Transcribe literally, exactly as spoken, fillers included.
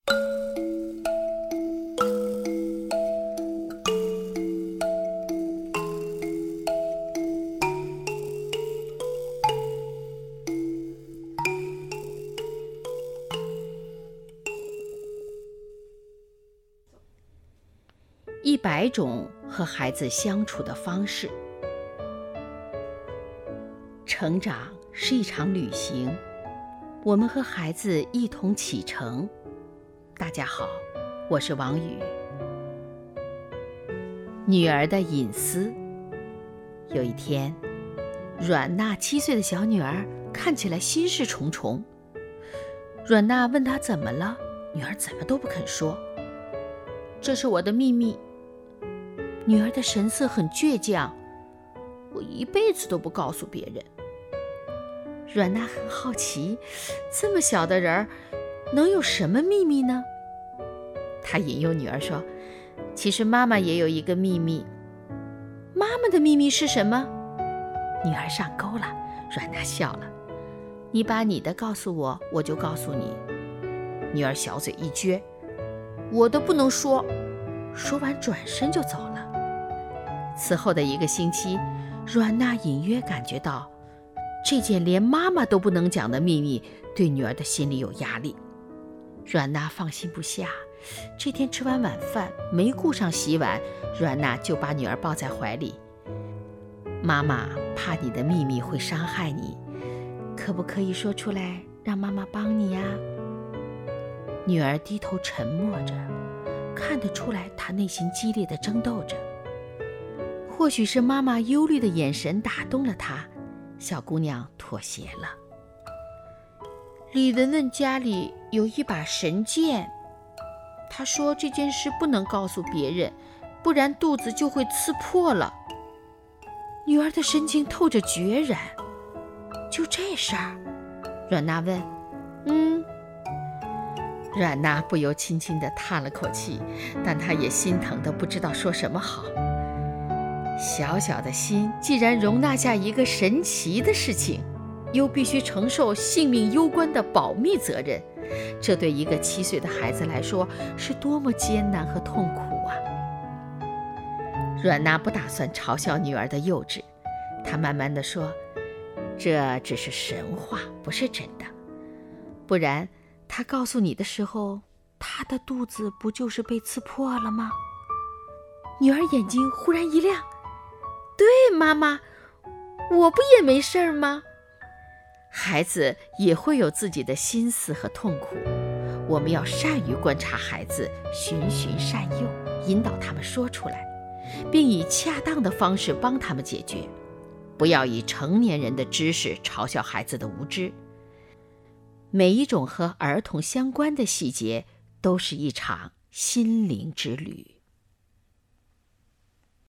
一百种和孩子相处的方式。成长是一场旅行，我们和孩子一同启程。大家好，我是王宇。女儿的隐私。有一天，阮娜七岁的小女儿看起来心事重重。阮娜问她怎么了，女儿怎么都不肯说。这是我的秘密。女儿的神色很倔强，我一辈子都不告诉别人。阮娜很好奇，这么小的人儿能有什么秘密呢？她引诱女儿说，其实妈妈也有一个秘密。妈妈的秘密是什么？女儿上钩了。阮娜笑了，你把你的告诉我，我就告诉你。女儿小嘴一撅，我的不能说。说完转身就走了。此后的一个星期，阮娜隐约感觉到这件连妈妈都不能讲的秘密对女儿的心里有压力。阮娜放心不下，这天吃完晚饭没顾上洗碗，阮娜就把女儿抱在怀里。妈妈怕你的秘密会伤害你，可不可以说出来让妈妈帮你呀？女儿低头沉默着，看得出来她内心激烈的争斗着。或许是妈妈忧虑的眼神打动了她，小姑娘妥协了。李文文家里有一把神剑，她说这件事不能告诉别人，不然肚子就会刺破了。女儿的神情透着决然。就这事儿？阮娜问。嗯。阮娜不由轻轻地叹了口气，但她也心疼得不知道说什么好。小小的心既然容纳下一个神奇的事情，又必须承受性命攸关的保密责任，这对一个七岁的孩子来说是多么艰难和痛苦啊！阮娜不打算嘲笑女儿的幼稚，她慢慢地说，这只是神话，不是真的。不然她告诉你的时候，她的肚子不就是被刺破了吗？女儿眼睛忽然一亮，对，妈妈，我不也没事吗？孩子也会有自己的心思和痛苦，我们要善于观察孩子，循循善诱，引导他们说出来，并以恰当的方式帮他们解决，不要以成年人的知识嘲笑孩子的无知。每一种和儿童相关的细节都是一场心灵之旅。